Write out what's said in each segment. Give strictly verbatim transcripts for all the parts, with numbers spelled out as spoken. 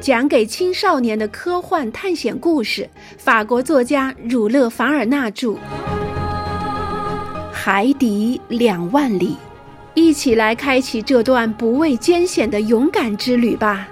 讲给青少年的科幻探险故事，法国作家儒勒·凡尔纳著《海底两万里》，一起来开启这段不畏艰险的勇敢之旅吧。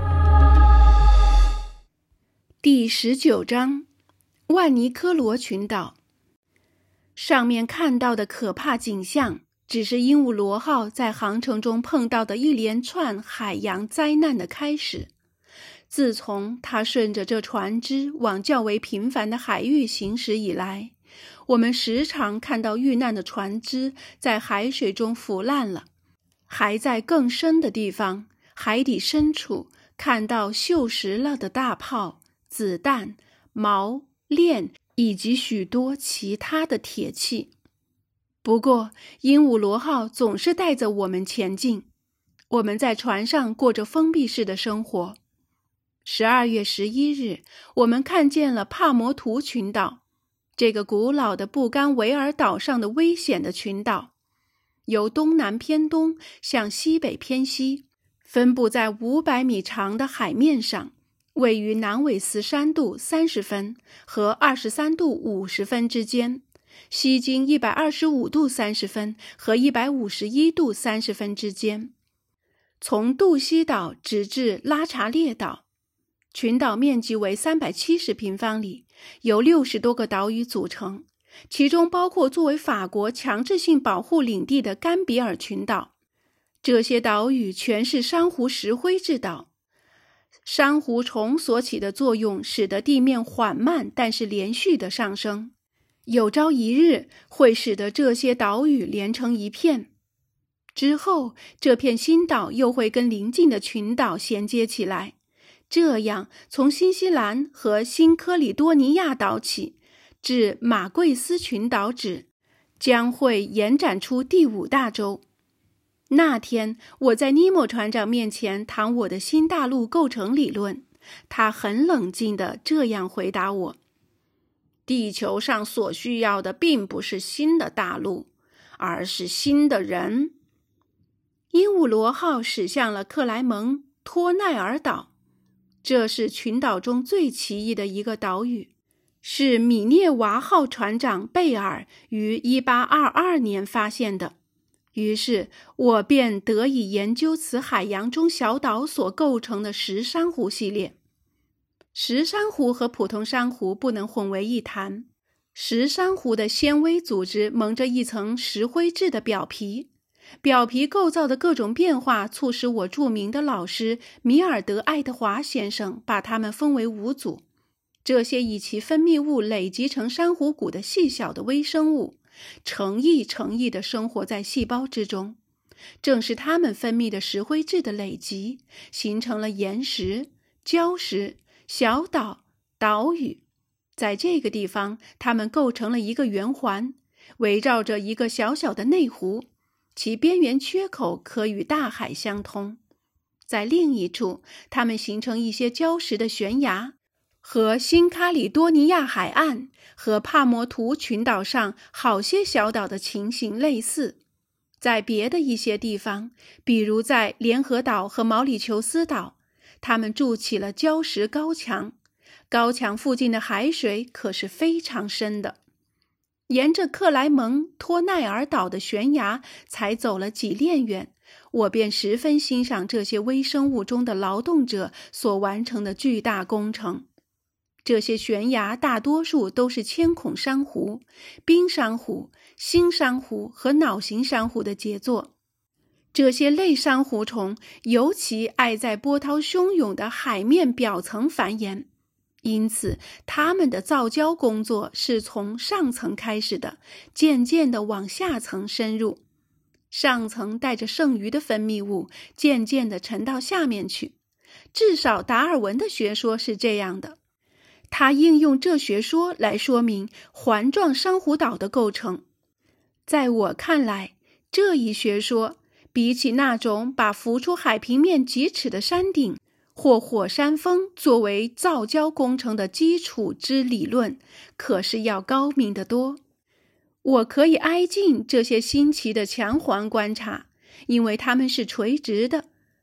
第十九章，万尼科罗群岛。上面看到的可怕景象，只是鹦鹉螺号在航程中碰到的一连串海洋灾难的开始。自从它顺着这船只往较为频繁的海域行驶以来，我们时常看到遇难的船只在海水中腐烂了，还在更深的地方，海底深处看到锈蚀了的大炮、子弹、锚、链以及许多其他的铁器。不过，鹦鹉螺号总是带着我们前进。我们在船上过着封闭式的生活。十二月十一日，我们看见了帕摩图群岛，这个古老的布干维尔岛上的危险的群岛，由东南偏东向西北偏西，分布在五百米长的海面上，位于南纬十三度三十分和二十三度五十分之间，西经一百二十五度三十分和一百五十一度三十分之间。从杜西岛直至拉查列岛，群岛面积为三百七十平方里，由六十多个岛屿组成，其中包括作为法国强制性保护领地的甘比尔群岛。这些岛屿全是珊瑚石灰质岛。珊瑚虫所起的作用使得地面缓慢但是连续的上升，有朝一日会使得这些岛屿连成一片。之后，这片新岛又会跟邻近的群岛衔接起来，这样从新西兰和新科里多尼亚岛起，至马贵斯群岛止，将会延展出第五大洲。那天，我在尼莫船长面前谈我的新大陆构成理论，他很冷静地这样回答我：地球上所需要的并不是新的大陆，而是新的人。鹦鹉螺号驶向了克莱蒙托奈尔岛，这是群岛中最奇异的一个岛屿，是米涅娃号船长贝尔于一八二二年发现的。于是我便得以研究此海洋中小岛所构成的石珊瑚系列。石珊瑚和普通珊瑚不能混为一谈。石珊瑚的纤维组织蒙着一层石灰质的表皮，表皮构造的各种变化促使我著名的老师米尔德·爱德华先生把它们分为五组。这些以其分泌物累积成珊瑚骨的细小的微生物，成亿成亿地生活在细胞之中。正是它们分泌的石灰质的累积，形成了岩石、礁石、小岛、岛屿。在这个地方，它们构成了一个圆环，围绕着一个小小的内湖，其边缘缺口可与大海相通。在另一处，它们形成一些礁石的悬崖，和新卡里多尼亚海岸和帕摩图群岛上好些小岛的情形类似。在别的一些地方，比如在联合岛和毛里求斯岛，它们筑起了礁石高墙，高墙附近的海水可是非常深的。沿着克莱蒙托奈尔岛的悬崖才走了几链远，我便十分欣赏这些微生物中的劳动者所完成的巨大工程。这些悬崖大多数都是铅孔珊瑚、冰珊瑚、星珊瑚和脑形珊瑚的杰作。这些类珊瑚虫尤其爱在波涛汹涌的海面表层繁衍，因此它们的造礁工作是从上层开始的，渐渐地往下层深入。上层带着剩余的分泌物渐渐地沉到下面去，至少达尔文的学说是这样的。他应用这学说来说明环状珊瑚岛的构成。在我看来，这一学说比起那种把浮出海平面几尺的山顶或火山峰作为造礁工程的基础之理论，可是要高明得多。我可以挨近这些新奇的强环观察，因为它们是垂直的，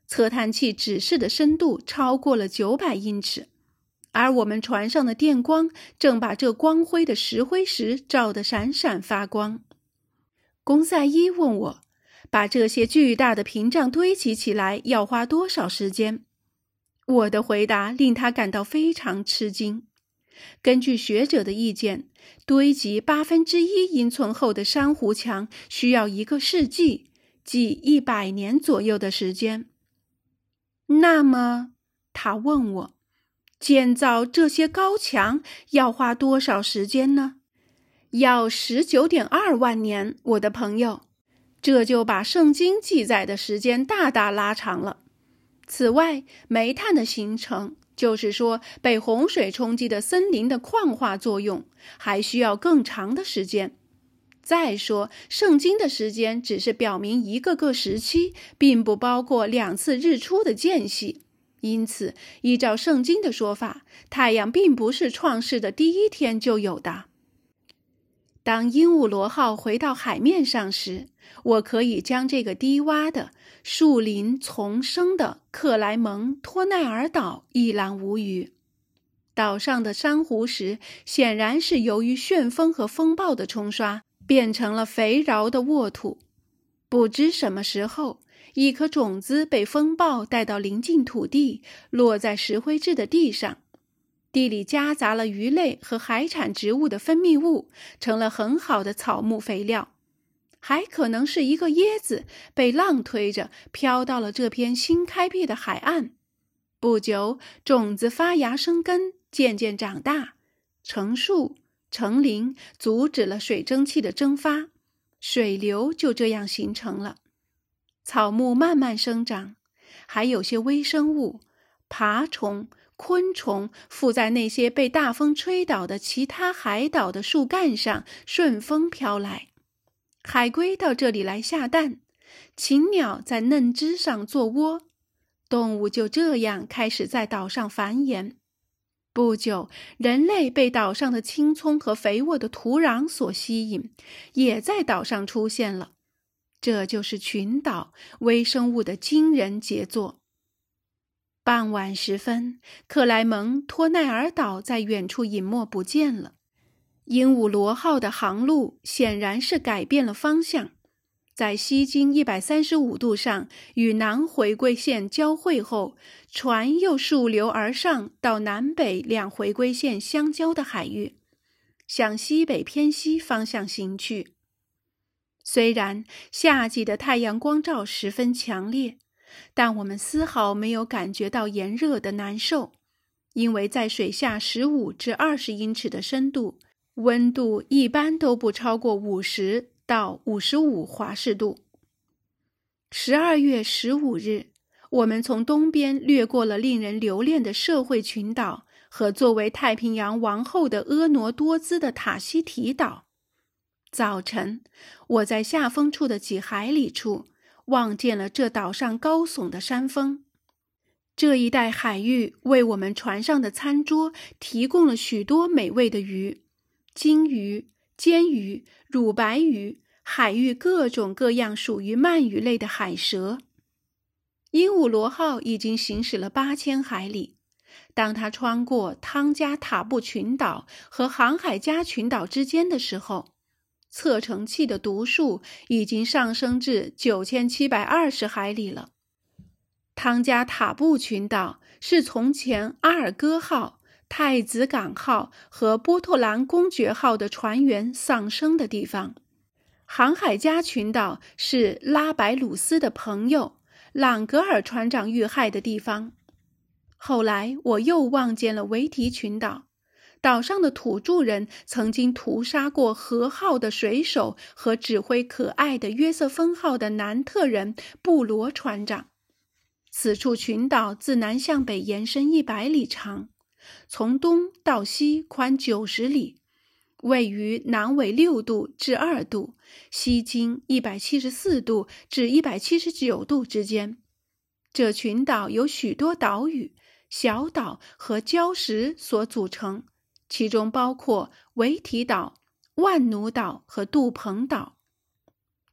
测探器指示的深度超过了九百英尺，而我们船上的电光正把这光辉的石灰石照得闪闪发光。公赛伊问我，把这些巨大的屏障堆积起来要花多少时间？我的回答令他感到非常吃惊。根据学者的意见，堆积八分之一英寸厚的珊瑚墙需要一个世纪，即一百年左右的时间。那么，他问我，建造这些高墙要花多少时间呢？要 十九点二万年，我的朋友，这就把圣经记载的时间大大拉长了。此外，煤炭的形成，就是说被洪水冲击的森林的矿化作用，还需要更长的时间。再说，圣经的时间只是表明一个个时期，并不包括两次日出的间隙。因此，依照圣经的说法，太阳并不是创世的第一天就有的。当鹦鹉螺号回到海面上时，我可以将这个低洼的、树林丛生的克莱蒙托奈尔岛一览无余。岛上的珊瑚石显然是由于旋风和风暴的冲刷，变成了肥饶的沃土。不知什么时候，一颗种子被风暴带到临近土地，落在石灰质的地上。地里夹杂了鱼类和海产植物的分泌物，成了很好的草木肥料。还可能是一个椰子被浪推着飘到了这片新开辟的海岸。不久，种子发芽生根，渐渐长大，成树成林，阻止了水蒸气的蒸发，水流就这样形成了。草木慢慢生长，还有些微生物、爬虫、昆虫附在那些被大风吹倒的其他海岛的树干上，顺风飘来。海龟到这里来下蛋，禽鸟在嫩枝上做窝，动物就这样开始在岛上繁衍。不久，人类被岛上的青葱和肥沃的土壤所吸引，也在岛上出现了。这就是群岛微生物的惊人杰作。傍晚时分，克莱蒙托奈尔岛在远处隐没不见了。鹦鹉螺号的航路显然是改变了方向，在西经一百三十五度上与南回归线交汇后，船又溯流而上到南北两回归线相交的海域，向西北偏西方向行去。虽然夏季的太阳光照十分强烈，但我们丝毫没有感觉到炎热的难受，因为在水下十五至二十英尺的深度，温度一般都不超过五十到五十五华氏度。十二月十五日，我们从东边掠过了令人留恋的社会群岛和作为太平洋王后的婀娜多姿的塔希提岛。早晨，我在下风处的几海里处望见了这岛上高耸的山峰。这一带海域为我们船上的餐桌提供了许多美味的鱼，金鱼、煎鱼、乳白鱼，海域各种各样属于鳗鱼类的海蛇。鹦鹉螺号已经行驶了八千海里，当它穿过汤加塔布群岛和航海家群岛之间的时候，测程器的读数已经上升至九千七百二十海里了。汤加塔布群岛是从前阿尔戈号、太子港号和波特兰公爵号的船员丧生的地方。航海家群岛是拉白鲁斯的朋友朗格尔船长遇害的地方。后来我又望见了维提群岛，岛上的土著人曾经屠杀过河号的水手和指挥可爱的约瑟芬号的南特人布罗船长。此处群岛自南向北延伸一百里长，从东到西宽九十里，位于南纬六度至二度，西经一百七十四度至一百七十九度之间。这群岛由许多岛屿、小岛和礁石所组成，其中包括维提岛、万努岛和杜蓬岛。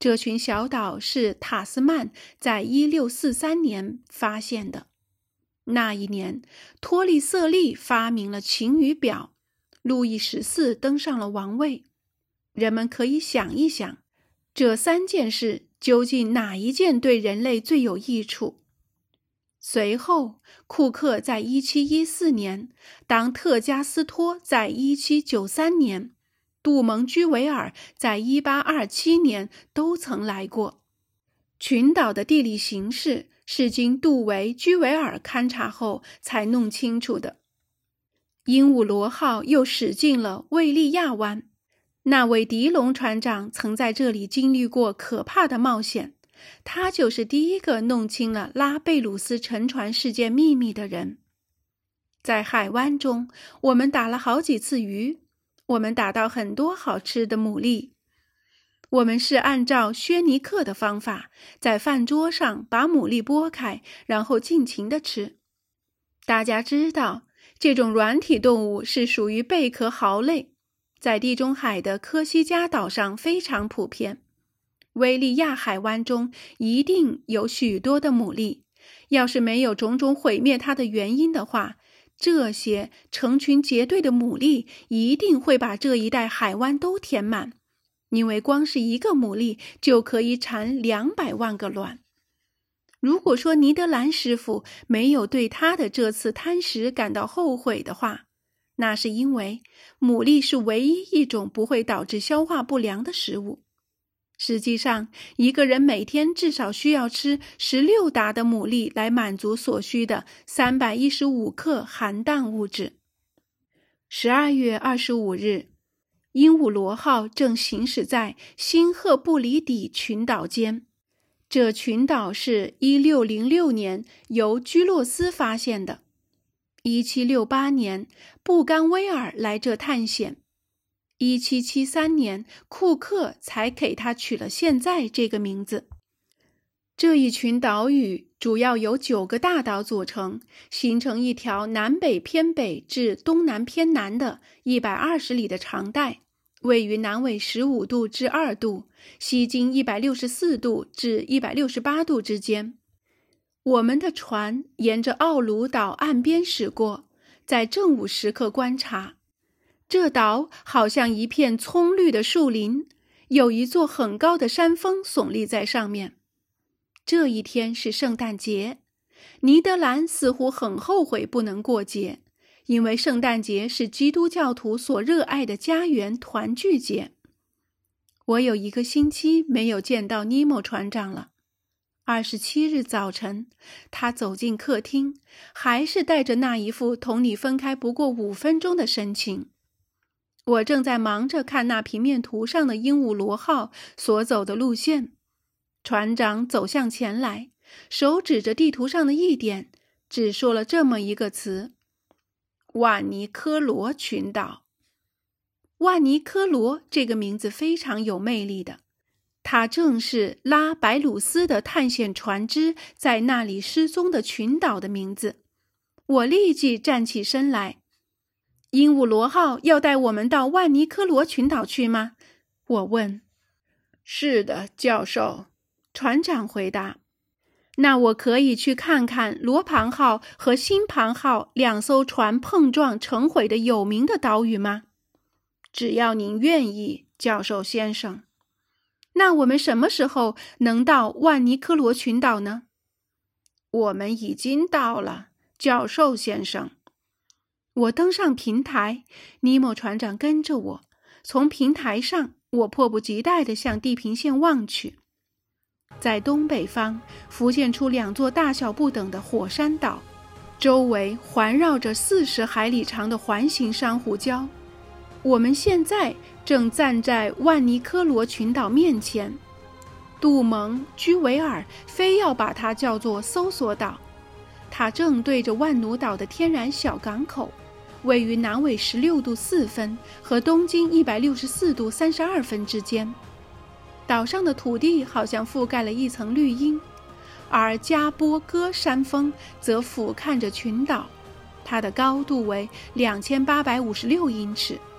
这群小岛是塔斯曼在一六四三年发现的。那一年，托利瑟利发明了晴雨表，路易十四登上了王位。人们可以想一想，这三件事究竟哪一件对人类最有益处？随后，库克在一七一四年，当特加斯托在一七九三年，杜蒙居维尔在一八二七年都曾来过。群岛的地理形势是经杜维、居维尔勘察后才弄清楚的。鹦鹉螺号又驶进了卫利亚湾，那位迪龙船长曾在这里经历过可怕的冒险，他就是第一个弄清了拉贝鲁斯沉船事件秘密的人。在海湾中，我们打了好几次鱼，我们打到很多好吃的牡蛎。我们是按照薛尼克的方法，在饭桌上把牡蛎剥开，然后尽情地吃。大家知道，这种软体动物是属于贝壳蚝类，在地中海的科西嘉岛上非常普遍。威利亚海湾中一定有许多的牡蛎，要是没有种种毁灭它的原因的话，这些成群结队的牡蛎一定会把这一带海湾都填满，因为光是一个牡蛎就可以产两百万个卵。如果说尼德兰师傅没有对他的这次贪食感到后悔的话，那是因为牡蛎是唯一一种不会导致消化不良的食物。实际上，一个人每天至少需要吃十六打的牡蛎来满足所需的三百一十五克含氮物质。十二月二十五日，鹦鹉螺号正行驶在新赫布里底群岛间。这群岛是一六零六年由居洛斯发现的。一七六八年，布甘威尔来这探险。一七七三年，库克才给他取了现在这个名字。这一群岛屿主要由九个大岛组成，形成一条南北偏北至东南偏南的一百二十里的长带，位于南纬十五度至二度，西经一百六十四度至一百六十八度之间。我们的船沿着奥鲁岛岸边驶过，在正午时刻观察。这岛好像一片葱绿的树林，有一座很高的山峰耸立在上面。这一天是圣诞节，尼德兰似乎很后悔不能过节，因为圣诞节是基督教徒所热爱的家园团聚节。我有一个星期没有见到尼莫船长了。二十七日早晨，他走进客厅，还是带着那一副同你分开不过五分钟的神情。我正在忙着看那平面图上的鹦鹉螺号所走的路线。船长走向前来，手指着地图上的一点，只说了这么一个词：万尼科罗群岛。万尼科罗这个名字非常有魅力的，它正是拉白鲁斯的探险船只在那里失踪的群岛的名字。我立即站起身来。鹦鹉螺号要带我们到万尼科罗群岛去吗？我问。是的，教授，船长回答。那我可以去看看罗盘号和新盘号两艘船碰撞沉毁的有名的岛屿吗？只要您愿意，教授先生。那我们什么时候能到万尼科罗群岛呢？我们已经到了，教授先生。我登上平台，尼莫船长跟着我。从平台上，我迫不及待地向地平线望去。在东北方浮现出两座大小不等的火山岛，周围环绕着四十海里长的环形珊瑚礁。我们现在正站在万尼科罗群岛面前。杜蒙、居维尔非要把它叫做搜索岛。它正对着万努岛的天然小港口，位于南纬十六度四分和东经一百六十四度三十二分之间。岛上的土地好像覆盖了一层绿荫，而加波戈山峰则俯瞰着群岛，它的高度为两千八百五十六英尺。